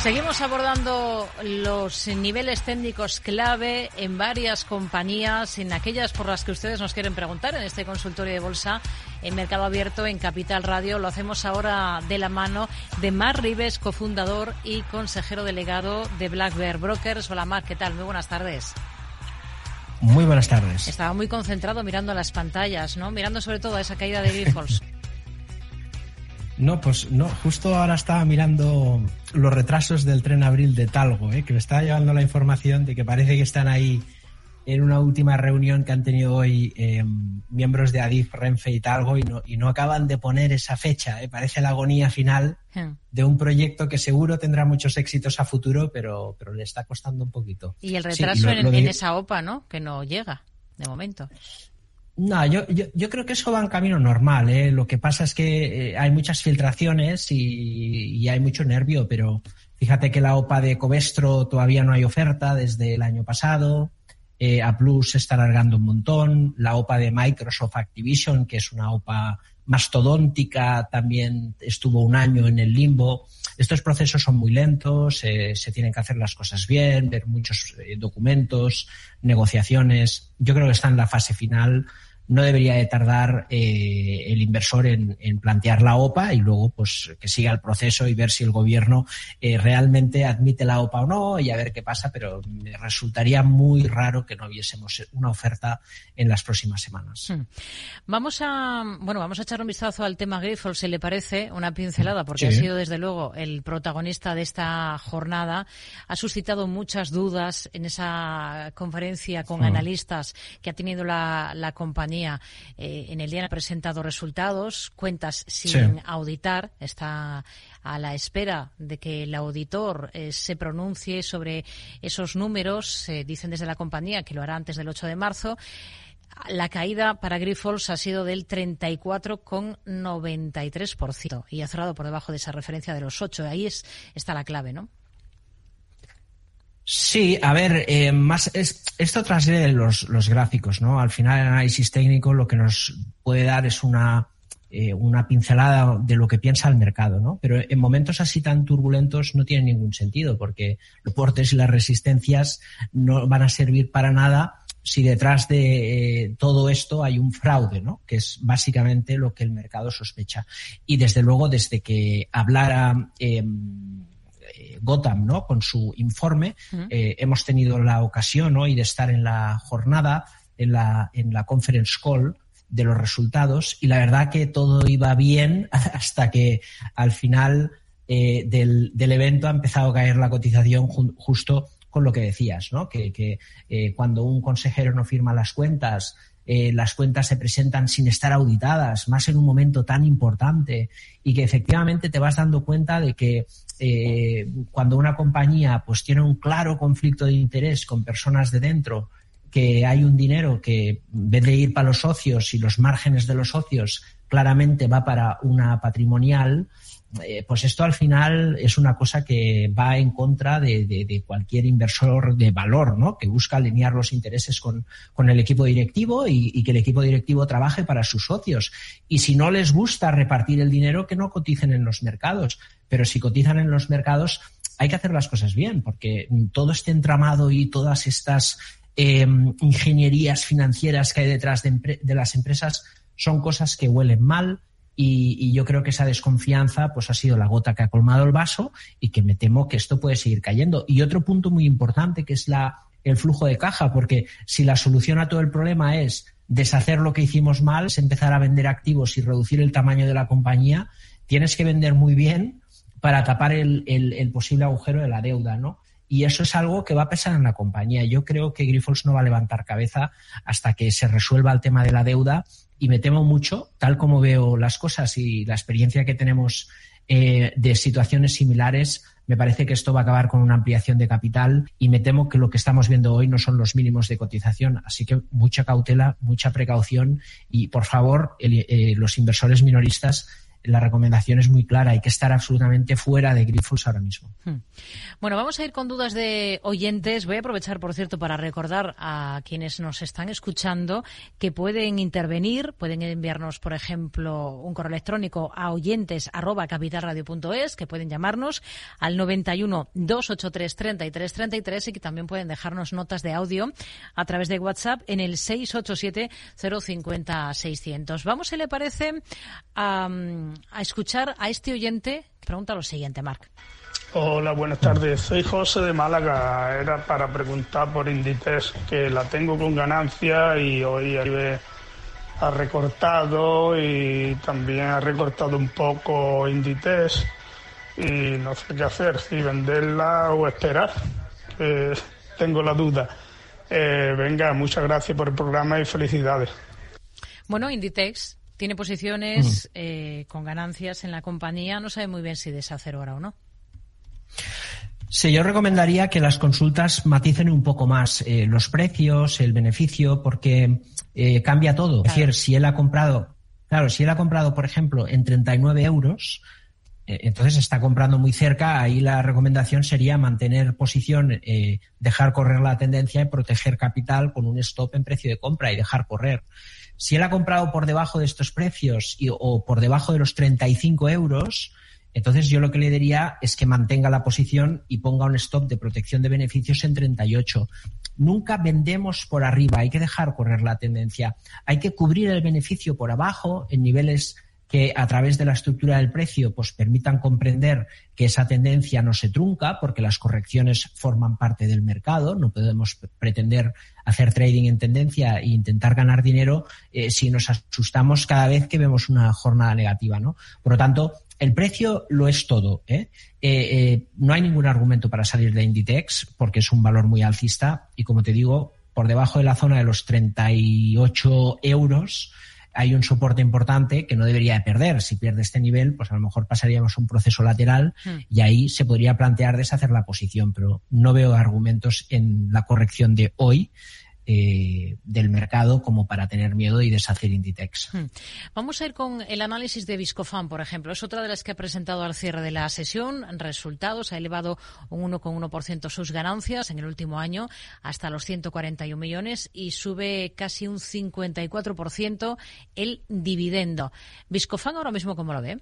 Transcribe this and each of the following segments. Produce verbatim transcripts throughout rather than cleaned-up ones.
Seguimos abordando los niveles técnicos clave en varias compañías, en aquellas por las que ustedes nos quieren preguntar en este consultorio de bolsa en Mercado Abierto en Capital Radio. Lo hacemos ahora de la mano de Marc Ribes, cofundador y consejero delegado de Black Bear Brokers. Hola Marc, ¿qué tal? Muy buenas tardes. Muy buenas tardes. Estaba muy concentrado mirando las pantallas, ¿no? Mirando sobre todo a esa caída de Grifols. No, pues no, justo ahora estaba mirando los retrasos del tren Abril de Talgo, ¿eh? que me estaba llevando la información de que parece que están ahí en una última reunión que han tenido hoy eh, miembros de Adif, Renfe y Talgo y no, y no acaban de poner esa fecha. ¿eh? Parece la agonía final de un proyecto que seguro tendrá muchos éxitos a futuro, pero, pero le está costando un poquito. Y el retraso sí, y lo, lo en, de... en esa O P A, ¿no? Que no llega, de momento. No, yo, yo, yo creo que eso va en camino normal, ¿eh? Lo que pasa es que eh, hay muchas filtraciones y, y hay mucho nervio, pero fíjate que la O P A de Covestro todavía no hay oferta desde el año pasado, eh, A Plus se está alargando un montón, la O P A de Microsoft Activision, que es una O P A mastodóntica, también estuvo un año en el limbo. Estos procesos son muy lentos, eh, se tienen que hacer las cosas bien, ver muchos eh, documentos, negociaciones. Yo creo que está en la fase final. No debería de tardar eh, el inversor en, en plantear la O P A y luego pues que siga el proceso y ver si el gobierno eh, realmente admite la O P A o no y a ver qué pasa, pero me resultaría muy raro que no viésemos una oferta en las próximas semanas. Hmm. Vamos a bueno vamos a echar un vistazo al tema Grifols, si le parece, una pincelada, porque sí. ha sido desde luego el protagonista de esta jornada. Ha suscitado muchas dudas en esa conferencia con hmm. analistas que ha tenido la, la compañía. Eh, en el día han presentado resultados, cuentas sin sí. auditar, está a la espera de que el auditor eh, se pronuncie sobre esos números, eh, dicen desde la compañía que lo hará antes del ocho de marzo. La caída para Grifols ha sido del treinta y cuatro coma noventa y tres por ciento y ha cerrado por debajo de esa referencia de los ocho. Ahí es, está la clave, ¿no? Sí, a ver, eh, más es, esto trasciende los, los gráficos, ¿no? Al final el análisis técnico lo que nos puede dar es una, eh, una pincelada de lo que piensa el mercado, ¿no? Pero en momentos así tan turbulentos no tiene ningún sentido porque los soportes y las resistencias no van a servir para nada si detrás de eh, todo esto hay un fraude, ¿no? Que es básicamente lo que el mercado sospecha. Y desde luego, desde que hablara eh, Gotham, ¿no? Con su informe, uh-huh. eh, hemos tenido la ocasión hoy de estar en la jornada, en la, en la conference call de los resultados y la verdad que todo iba bien hasta que al final eh, del, del evento ha empezado a caer la cotización ju- justo con lo que decías, ¿no? Que, que eh, cuando un consejero no firma las cuentas, eh, las cuentas se presentan sin estar auditadas, más en un momento tan importante y que efectivamente te vas dando cuenta de que Eh, cuando una compañía pues tiene un claro conflicto de interés con personas de dentro, que hay un dinero que en vez de ir para los socios y los márgenes de los socios claramente va para una patrimonial, eh, pues esto al final es una cosa que va en contra de, de, de cualquier inversor de valor, ¿no? Que busca alinear los intereses con, con el equipo directivo y, y que el equipo directivo trabaje para sus socios. Y si no les gusta repartir el dinero, que no coticen en los mercados. Pero si cotizan en los mercados, hay que hacer las cosas bien, porque todo este entramado y todas estas eh, ingenierías financieras que hay detrás de, empre- de las empresas son cosas que huelen mal y, y yo creo que esa desconfianza pues ha sido la gota que ha colmado el vaso y que me temo que esto puede seguir cayendo. Y otro punto muy importante que es la el flujo de caja, porque si la solución a todo el problema es deshacer lo que hicimos mal, es empezar a vender activos y reducir el tamaño de la compañía, tienes que vender muy bien para tapar el, el, el posible agujero de la deuda, ¿no? Y eso es algo que va a pesar en la compañía. Yo creo que Grifols no va a levantar cabeza hasta que se resuelva el tema de la deuda y me temo mucho, tal como veo las cosas y la experiencia que tenemos eh, de situaciones similares, me parece que esto va a acabar con una ampliación de capital y me temo que lo que estamos viendo hoy no son los mínimos de cotización. Así que mucha cautela, mucha precaución y, por favor, el, eh, los inversores minoristas la recomendación es muy clara, hay que estar absolutamente fuera de Grifols ahora mismo. Hmm. Bueno, vamos a ir con dudas de oyentes. Voy a aprovechar, por cierto, para recordar a quienes nos están escuchando que pueden intervenir, pueden enviarnos, por ejemplo, un correo electrónico a oyentes arroba capitalradio punto es, que pueden llamarnos al noventa y uno, doscientos ochenta y tres, treinta y tres treinta y tres y que también pueden dejarnos notas de audio a través de WhatsApp en el seis ocho siete, cero cinco cero, seiscientos. Vamos, si le parece, a, a escuchar a este oyente que pregunta lo siguiente, Marc. Hola, buenas tardes. Soy José de Málaga. Era para preguntar por Inditex, que la tengo con ganancia y hoy ha recortado y también ha recortado un poco Inditex y no sé qué hacer, si venderla o esperar. Eh, tengo la duda. Eh, venga, muchas gracias por el programa y felicidades. Bueno, Inditex tiene posiciones mm. eh, con ganancias en la compañía. No sabe muy bien si deshacer ahora o no. Sí, yo recomendaría que las consultas maticen un poco más eh, los precios, el beneficio, porque eh, cambia todo. Claro. Es decir, si él ha comprado, claro, si él ha comprado, por ejemplo, en treinta y nueve euros, eh, entonces está comprando muy cerca. Ahí la recomendación sería mantener posición, eh, dejar correr la tendencia y proteger capital con un stop en precio de compra y dejar correr. Si él ha comprado por debajo de estos precios y, o por debajo de los treinta y cinco euros, entonces yo lo que le diría es que mantenga la posición y ponga un stop de protección de beneficios en treinta y ocho. Nunca vendemos por arriba, hay que dejar correr la tendencia. Hay que cubrir el beneficio por abajo en niveles que a través de la estructura del precio pues permitan comprender que esa tendencia no se trunca, porque las correcciones forman parte del mercado. No podemos pretender hacer trading en tendencia e intentar ganar dinero eh, si nos asustamos cada vez que vemos una jornada negativa, ¿no? Por lo tanto, el precio lo es todo, ¿eh? Eh, eh, no hay ningún argumento para salir de Inditex porque es un valor muy alcista y, como te digo, por debajo de la zona de los treinta y ocho euros hay un soporte importante que no debería de perder. Si pierde este nivel, pues a lo mejor pasaríamos a un proceso lateral mm. y ahí se podría plantear deshacer la posición, pero no veo argumentos en la corrección de hoy Eh, del mercado como para tener miedo y deshacer Inditex. Hmm. Vamos a ir con el análisis de Viscofan, por ejemplo. Es otra de las que ha presentado al cierre de la sesión resultados. Ha elevado un uno coma uno por ciento sus ganancias en el último año hasta los ciento cuarenta y un millones y sube casi un cincuenta y cuatro por ciento el dividendo. Viscofan, ahora mismo, ¿cómo lo ve?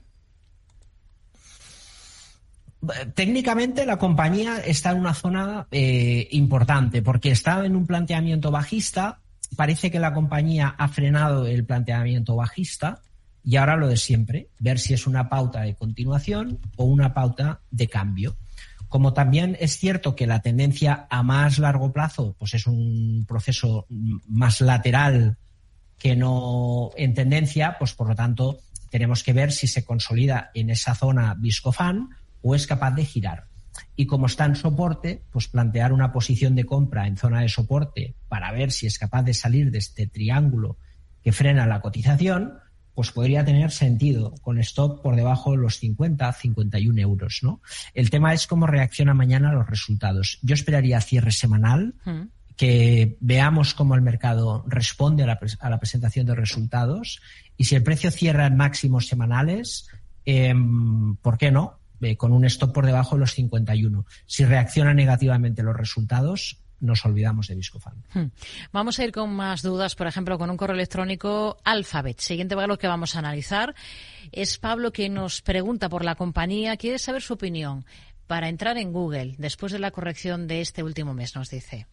Técnicamente la compañía está en una zona eh, importante porque está en un planteamiento bajista. Parece que la compañía ha frenado el planteamiento bajista y ahora lo de siempre, ver si es una pauta de continuación o una pauta de cambio. Como también es cierto que la tendencia a más largo plazo pues es un proceso más lateral que no en tendencia, pues por lo tanto tenemos que ver si se consolida en esa zona Viscofan o es capaz de girar. Y como está en soporte, pues plantear una posición de compra en zona de soporte para ver si es capaz de salir de este triángulo que frena la cotización, pues podría tener sentido, con stop por debajo de los cincuenta, cincuenta y un euros, ¿no? El tema es cómo reacciona mañana los resultados. Yo esperaría cierre semanal, mm. que veamos cómo el mercado responde a la, a la presentación de resultados y si el precio cierra en máximos semanales, eh, ¿por qué no? Con un stop por debajo de los cincuenta y uno. Si reaccionan negativamente los resultados, nos olvidamos de Viscofan. Hmm. Vamos a ir con más dudas, por ejemplo, con un correo electrónico Alphabet. Siguiente valor que vamos a analizar. Es Pablo que nos pregunta por la compañía, quiere saber su opinión para entrar en Google después de la corrección de este último mes, nos dice.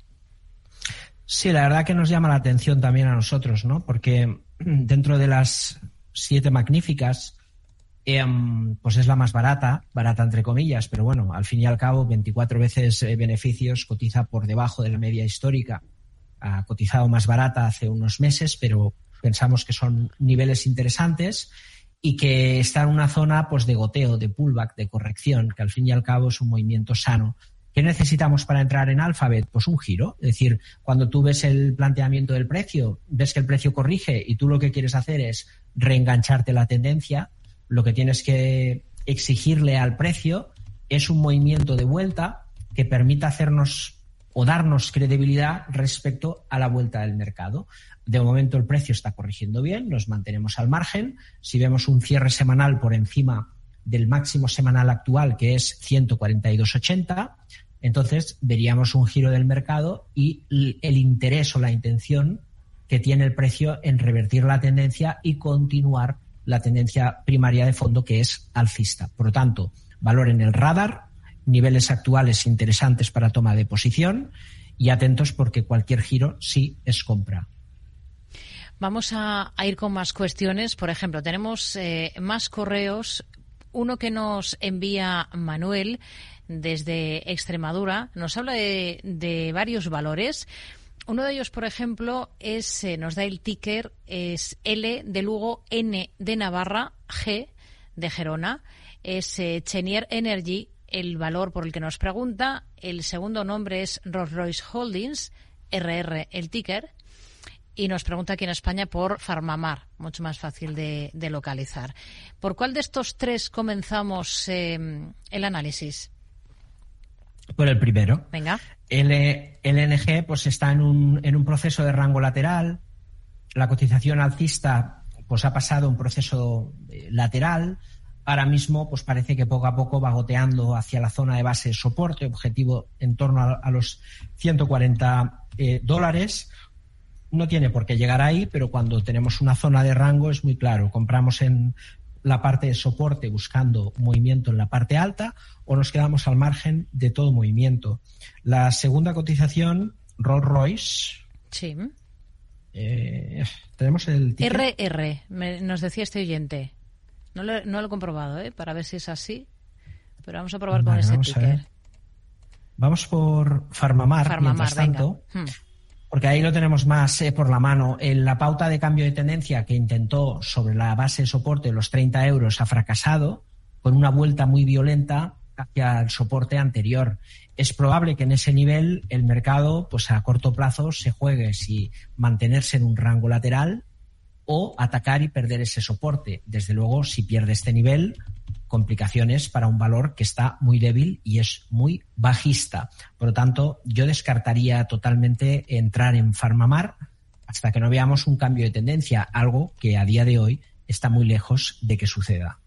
Sí, la verdad que nos llama la atención también a nosotros, ¿no? Porque dentro de las siete magníficas, Eh, pues es la más barata, barata entre comillas, pero bueno, al fin y al cabo veinticuatro veces eh, beneficios, cotiza por debajo de la media histórica. Ha cotizado más barata hace unos meses, pero pensamos que son niveles interesantes y que está en una zona pues de goteo, de pullback, de corrección, que al fin y al cabo es un movimiento sano. ¿Qué necesitamos para entrar en Alphabet? Pues un giro. Es decir, cuando tú ves el planteamiento del precio, ves que el precio corrige y tú lo que quieres hacer es reengancharte la tendencia, lo que tienes que exigirle al precio es un movimiento de vuelta que permita hacernos o darnos credibilidad respecto a la vuelta del mercado. De momento el precio está corrigiendo bien, nos mantenemos al margen. Si vemos un cierre semanal por encima del máximo semanal actual, que es ciento cuarenta y dos ochenta, entonces veríamos un giro del mercado y el interés o la intención que tiene el precio en revertir la tendencia y continuar la tendencia primaria de fondo, que es alcista. Por lo tanto, valor en el radar, niveles actuales interesantes para toma de posición y atentos porque cualquier giro sí es compra. Vamos a, a ir con más cuestiones. Por ejemplo, tenemos eh, más correos. Uno que nos envía Manuel desde Extremadura. Nos habla de, de varios valores. Uno de ellos, por ejemplo, es eh, nos da el ticker, es L de Lugo, N de Navarra, G de Gerona. Es eh, Cheniere Energy, el valor por el que nos pregunta. El segundo nombre es Rolls-Royce Holdings, R R el ticker. Y nos pregunta aquí en España por Farmamar, mucho más fácil de, de localizar. ¿Por cuál de estos tres comenzamos eh, el análisis? Por el primero. Venga. El, el L N G pues está en un, en un proceso de rango lateral. La cotización alcista pues ha pasado un proceso lateral. Ahora mismo pues parece que poco a poco va goteando hacia la zona de base de soporte, objetivo en torno a, a los ciento cuarenta eh, dólares. No tiene por qué llegar ahí, pero cuando tenemos una zona de rango es muy claro. Compramos en la parte de soporte buscando movimiento en la parte alta o nos quedamos al margen de todo movimiento. La segunda cotización, Rolls-Royce. Sí. Eh, tenemos el ticket. R R, me, nos decía este oyente. No lo, no lo he comprobado, ¿eh? Para ver si es así. Pero vamos a probar vale, con ese vamos ticker. Vamos por Farmamar, Farmamar mientras tanto. Hmm. Porque ahí lo tenemos más eh, por la mano. En la pauta de cambio de tendencia que intentó sobre la base de soporte de los treinta euros ha fracasado con una vuelta muy violenta hacia el soporte anterior. Es probable que en ese nivel el mercado, pues a corto plazo, se juegue si mantenerse en un rango lateral o atacar y perder ese soporte. Desde luego, si pierde este nivel, complicaciones para un valor que está muy débil y es muy bajista. Por lo tanto, yo descartaría totalmente entrar en Farmamar hasta que no veamos un cambio de tendencia, algo que a día de hoy está muy lejos de que suceda.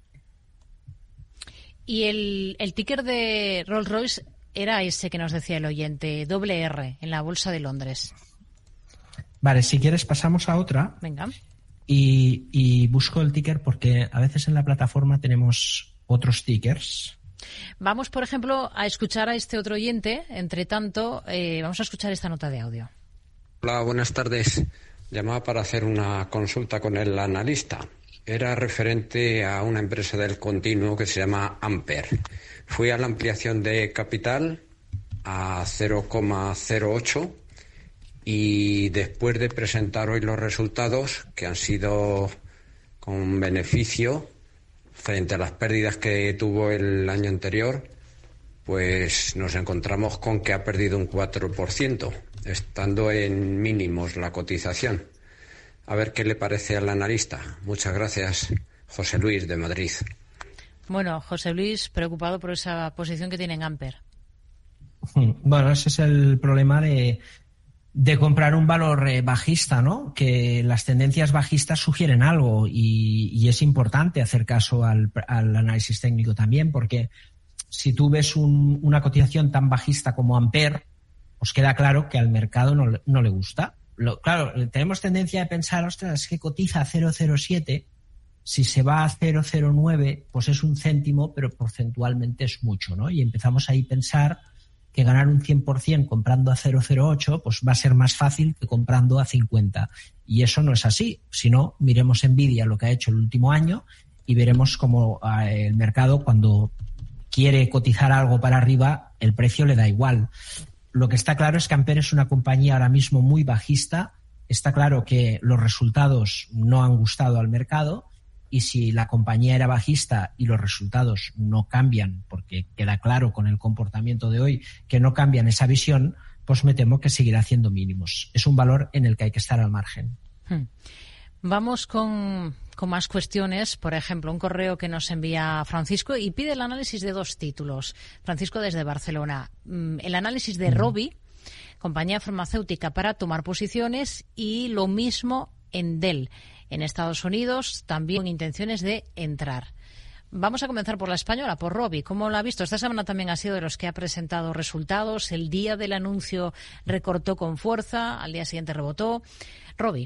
Y el, el ticker de Rolls-Royce era ese que nos decía el oyente, doble R, en la Bolsa de Londres. Vale, si quieres pasamos a otra. Venga. Y, y busco el ticker porque a veces en la plataforma tenemos otros tickers. Vamos, por ejemplo, a escuchar a este otro oyente. Entre tanto, eh, vamos a escuchar esta nota de audio. Hola, buenas tardes. Llamaba para hacer una consulta con el analista. Era referente a una empresa del continuo que se llama Amper. Fui a la ampliación de capital a cero coma cero ocho y después de presentar hoy los resultados, que han sido con beneficio frente a las pérdidas que tuvo el año anterior, pues nos encontramos con que ha perdido un cuatro por ciento, estando en mínimos la cotización. A ver qué le parece al analista. Muchas gracias, José Luis, de Madrid. Bueno, José Luis, preocupado por esa posición que tiene en Amper. Bueno, ese es el problema de, de comprar un valor eh, bajista, ¿no? Que las tendencias bajistas sugieren algo y, y es importante hacer caso al, al análisis técnico también, porque si tú ves un, una cotización tan bajista como Amper, os queda claro que al mercado no, no le gusta. Lo, claro, tenemos tendencia de pensar, ostras, es que cotiza a cero coma cero siete, si se va a cero coma cero nueve, pues es un céntimo, pero porcentualmente es mucho, ¿no? Y empezamos ahí a pensar que ganar un cien por ciento comprando a cero coma cero ocho pues va a ser más fácil que comprando a cincuenta. Y eso no es así. Si no, miremos Nvidia lo que ha hecho el último año y veremos cómo el mercado, cuando quiere cotizar algo para arriba, el precio le da igual. Lo que está claro es que Amper es una compañía ahora mismo muy bajista. Está claro que los resultados no han gustado al mercado y si la compañía era bajista y los resultados no cambian, porque queda claro con el comportamiento de hoy que no cambian esa visión, pues me temo que seguirá haciendo mínimos. Es un valor en el que hay que estar al margen. Hmm. Vamos con, con más cuestiones. Por ejemplo, un correo que nos envía Francisco y pide el análisis de dos títulos. Francisco desde Barcelona. El análisis de Robi, compañía farmacéutica, para tomar posiciones, y lo mismo en Dell. En Estados Unidos también con intenciones de entrar. Vamos a comenzar por la española, por Robi. ¿Cómo la ha visto? Esta semana también ha sido de los que ha presentado resultados. El día del anuncio recortó con fuerza, al día siguiente rebotó. Robi.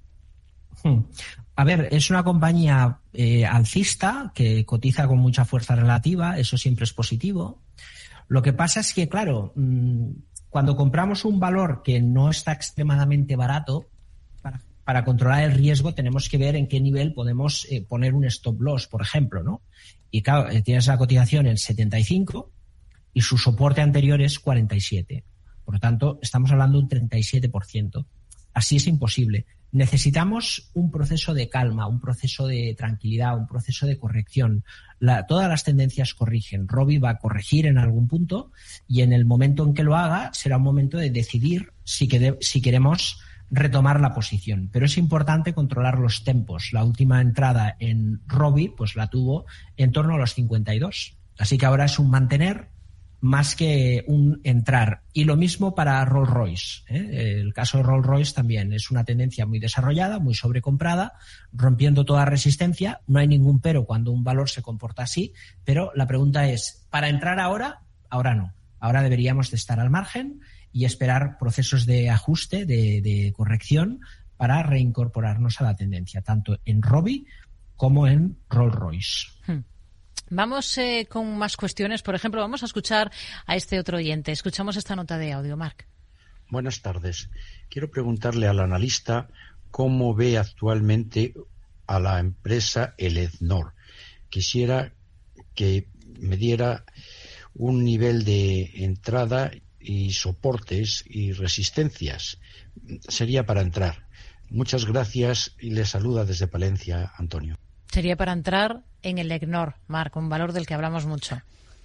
A ver, es una compañía eh, alcista que cotiza con mucha fuerza relativa, eso siempre es positivo. Lo que pasa es que, claro, mmm, cuando compramos un valor que no está extremadamente barato, para, para controlar el riesgo tenemos que ver en qué nivel podemos eh, poner un stop loss, por ejemplo, ¿no? Y claro, eh, tienes la cotización en setenta y cinco y su soporte anterior es cuarenta y siete. Por lo tanto, estamos hablando de un treinta y siete por ciento. Así es imposible. Necesitamos un proceso de calma, un proceso de tranquilidad, un proceso de corrección. La, todas las tendencias corrigen. Robi va a corregir en algún punto y en el momento en que lo haga será un momento de decidir si, que, si queremos retomar la posición. Pero es importante controlar los tempos. La última entrada en Robi pues la tuvo en torno a los cincuenta y dos. Así que ahora es un mantener más que un entrar. Y lo mismo para Rolls-Royce, ¿eh? El caso de Rolls-Royce también es una tendencia muy desarrollada, muy sobrecomprada, rompiendo toda resistencia. No hay ningún pero cuando un valor se comporta así, pero la pregunta es, ¿para entrar ahora? Ahora no. Ahora deberíamos de estar al margen y esperar procesos de ajuste, de, de corrección, para reincorporarnos a la tendencia, tanto en Robi como en Rolls-Royce. Hmm. Vamos eh, con más cuestiones. Por ejemplo, vamos a escuchar a este otro oyente. Escuchamos esta nota de audio, Marc. Buenas tardes. Quiero preguntarle al analista cómo ve actualmente a la empresa Elecnor. Quisiera que me diera un nivel de entrada y soportes y resistencias. Sería para entrar. Muchas gracias y le saluda desde Palencia, Antonio. Sería para entrar en el Elecnor, Marc, un valor del que hablamos mucho.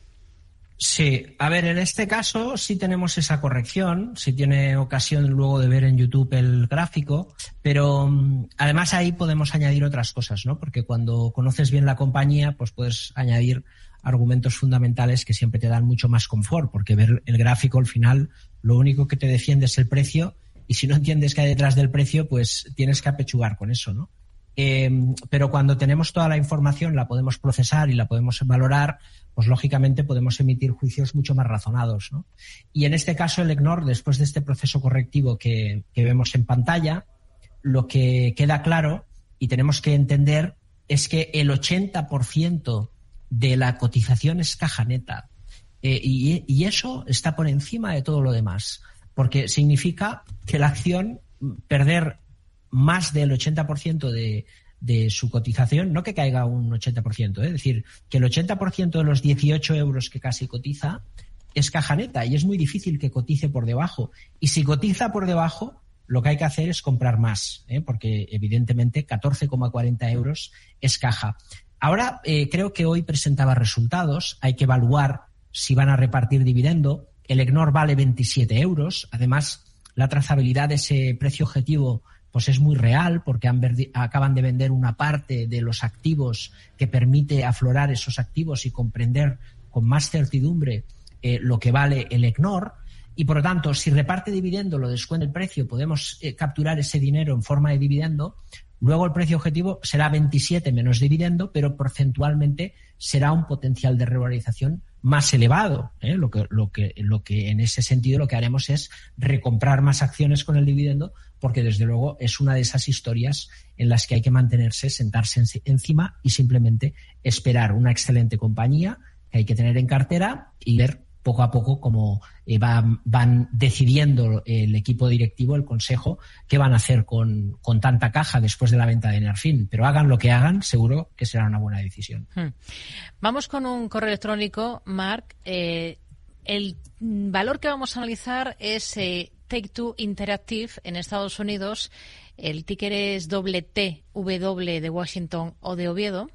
Sí, a ver, en este caso sí tenemos esa corrección, si tiene ocasión luego de ver en YouTube el gráfico, pero um, además ahí podemos añadir otras cosas, ¿no? Porque cuando conoces bien la compañía, pues puedes añadir argumentos fundamentales que siempre te dan mucho más confort, porque ver el gráfico al final lo único que te defiende es el precio, y si no entiendes qué hay detrás del precio, pues tienes que apechugar con eso, ¿no? Eh, pero cuando tenemos toda la información, la podemos procesar y la podemos valorar, pues lógicamente podemos emitir juicios mucho más razonados, ¿no? Y en este caso, el Elecnor, después de este proceso correctivo que, que vemos en pantalla, lo que queda claro y tenemos que entender es que el ochenta por ciento de la cotización es caja neta. Eh, y, y eso está por encima de todo lo demás, porque significa que la acción, perder más del ochenta por ciento de, de su cotización, no que caiga un ochenta por ciento, ¿eh? Es decir, que el ochenta por ciento de los dieciocho euros que casi cotiza es caja neta y es muy difícil que cotice por debajo. Y si cotiza por debajo, lo que hay que hacer es comprar más, ¿eh? Porque evidentemente catorce coma cuarenta euros es caja. Ahora eh, creo que hoy presentaba resultados, hay que evaluar si van a repartir dividendo. El Elecnor vale veintisiete euros, además la trazabilidad de ese precio objetivo pues es muy real porque han verdi- acaban de vender una parte de los activos que permite aflorar esos activos y comprender con más certidumbre eh, lo que vale el Elecnor. Y por lo tanto, si reparte dividendo, lo descuenta el precio, podemos eh, capturar ese dinero en forma de dividendo. Luego el precio objetivo será veintisiete menos dividendo, pero porcentualmente será un potencial de revalorización más elevado, ¿eh? Lo que, lo que, lo que en ese sentido lo que haremos es recomprar más acciones con el dividendo, porque desde luego es una de esas historias en las que hay que mantenerse, sentarse encima y simplemente esperar una excelente compañía que hay que tener en cartera y ver poco a poco cómo eh, van, van decidiendo el equipo directivo, el consejo, qué van a hacer con, con tanta caja después de la venta de Nerfin. Pero hagan lo que hagan, seguro que será una buena decisión. Hmm. Vamos con un correo electrónico, Marc. Eh, el valor que vamos a analizar es eh, Take Two Interactive en Estados Unidos. El ticker es doble T W de Washington o de Oviedo.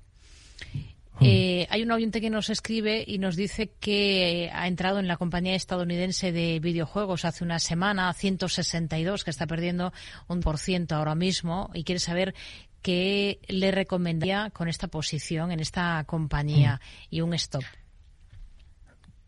Eh, hay un oyente que nos escribe y nos dice que ha entrado en la compañía estadounidense de videojuegos hace una semana, ciento sesenta y dos, que está perdiendo un por ciento ahora mismo, y quiere saber qué le recomendaría con esta posición en esta compañía y un stop.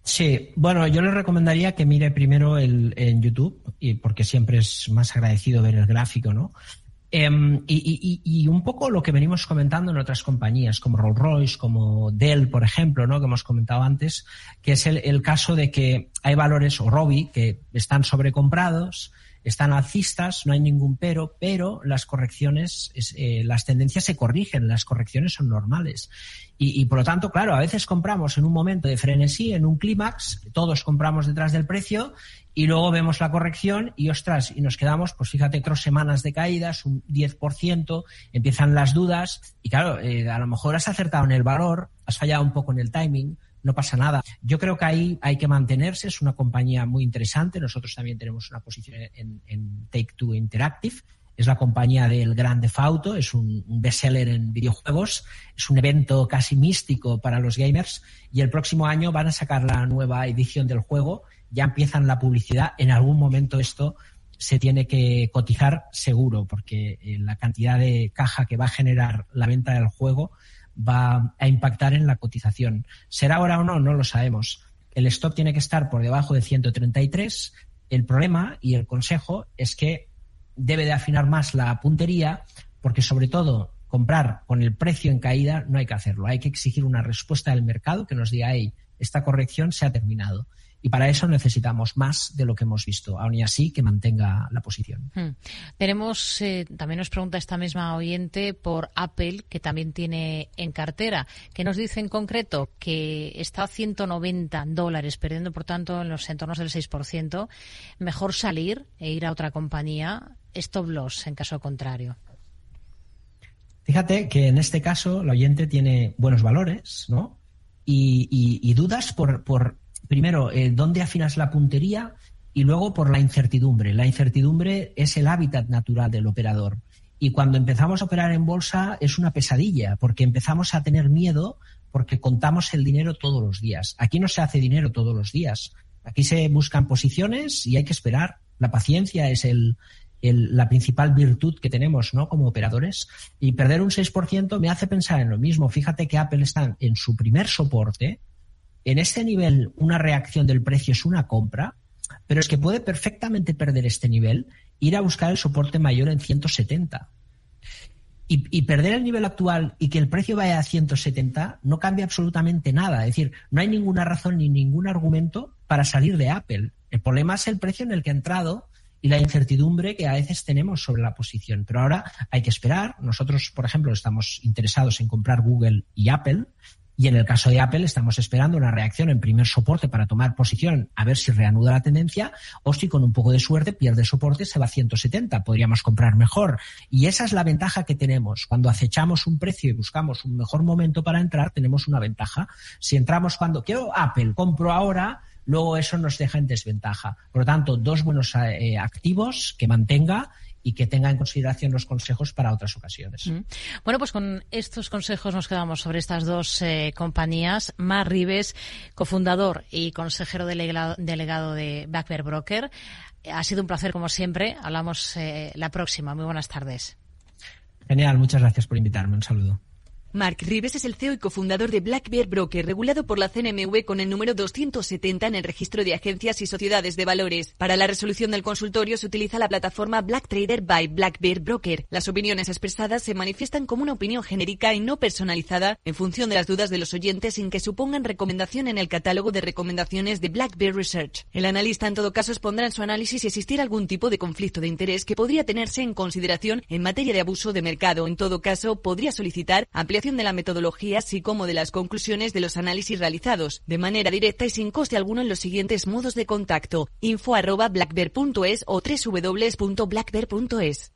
Sí, bueno, yo le recomendaría que mire primero el, en YouTube, y porque siempre es más agradecido ver el gráfico, ¿no? Eh, y, y, y un poco lo que venimos comentando en otras compañías, como Rolls-Royce, como Dell, por ejemplo, ¿no? Que hemos comentado antes, que es el, el caso de que hay valores, o Robi, que están sobrecomprados, están alcistas, no hay ningún pero, pero las correcciones, eh, las tendencias se corrigen, las correcciones son normales. Y, y por lo tanto, claro, a veces compramos en un momento de frenesí, en un clímax, todos compramos detrás del precio y luego vemos la corrección y, ostras, y nos quedamos, pues fíjate, tres semanas de caídas, un diez por ciento, empiezan las dudas y claro, eh, a lo mejor has acertado en el valor, has fallado un poco en el timing, no pasa nada. Yo creo que ahí hay que mantenerse, es una compañía muy interesante, nosotros también tenemos una posición en, en Take-Two Interactive, es la compañía del Grand Theft Auto, es un, un bestseller en videojuegos, es un evento casi místico para los gamers y el próximo año van a sacar la nueva edición del juego, ya empiezan la publicidad, en algún momento esto se tiene que cotizar seguro porque la cantidad de caja que va a generar la venta del juego va a impactar en la cotización. ¿Será ahora o no? No lo sabemos. El stop tiene que estar por debajo de ciento treinta y tres. El problema y el consejo es que debe de afinar más la puntería porque, sobre todo, comprar con el precio en caída no hay que hacerlo. Hay que exigir una respuesta del mercado que nos diga, hey, esta corrección se ha terminado. Y para eso necesitamos más de lo que hemos visto, aún y así que mantenga la posición. Hmm. Tenemos, eh, también nos pregunta esta misma oyente por Apple, que también tiene en cartera, que nos dice en concreto que está a ciento noventa dólares, perdiendo por tanto en los entornos del seis por ciento. Mejor salir e ir a otra compañía, stop loss en caso contrario. Fíjate que en este caso la oyente tiene buenos valores, ¿no? Y, y, y dudas por... por Primero, eh, ¿dónde afinas la puntería? Y luego por la incertidumbre. La incertidumbre es el hábitat natural del operador. Y cuando empezamos a operar en bolsa es una pesadilla, porque empezamos a tener miedo porque contamos el dinero todos los días. Aquí no se hace dinero todos los días. Aquí se buscan posiciones y hay que esperar. La paciencia es el, el, la principal virtud que tenemos, ¿no?, como operadores. Y perder un seis por ciento me hace pensar en lo mismo. Fíjate que Apple está en su primer soporte. En este nivel, una reacción del precio es una compra, pero es que puede perfectamente perder este nivel, ir a buscar el soporte mayor en ciento setenta. Y, y perder el nivel actual y que el precio vaya a ciento setenta no cambia absolutamente nada. Es decir, no hay ninguna razón ni ningún argumento para salir de Apple. El problema es el precio en el que ha entrado y la incertidumbre que a veces tenemos sobre la posición. Pero ahora hay que esperar. Nosotros, por ejemplo, estamos interesados en comprar Google y Apple. Y en el caso de Apple estamos esperando una reacción en primer soporte para tomar posición, a ver si reanuda la tendencia o si con un poco de suerte pierde soporte, se va a ciento setenta. Podríamos comprar mejor. Y esa es la ventaja que tenemos. Cuando acechamos un precio y buscamos un mejor momento para entrar, tenemos una ventaja. Si entramos cuando quiero Apple, compro ahora, luego eso nos deja en desventaja. Por lo tanto, dos buenos eh, activos que mantenga y que tenga en consideración los consejos para otras ocasiones. Mm. Bueno, pues con estos consejos nos quedamos sobre estas dos eh, compañías. Marc Ribes, cofundador y consejero delegado, delegado de Black Bear Broker. Ha sido un placer, como siempre. Hablamos eh, la próxima. Muy buenas tardes. Genial, muchas gracias por invitarme. Un saludo. Marc Ribes es el C E O y cofundador de Black Bear Broker, regulado por la C N M V con el número doscientos setenta en el registro de agencias y sociedades de valores. Para la resolución del consultorio se utiliza la plataforma Black Trader by Black Bear Broker. Las opiniones expresadas se manifiestan como una opinión genérica y no personalizada en función de las dudas de los oyentes sin que supongan recomendación en el catálogo de recomendaciones de Black Bear Research. El analista en todo caso expondrá en su análisis si existiera algún tipo de conflicto de interés que podría tenerse en consideración en materia de abuso de mercado. En todo caso, podría solicitar ampliación de la metodología así como de las conclusiones de los análisis realizados, de manera directa y sin coste alguno en los siguientes modos de contacto: info arroba blackbear punto es o doble u doble u doble u punto blackbear punto es.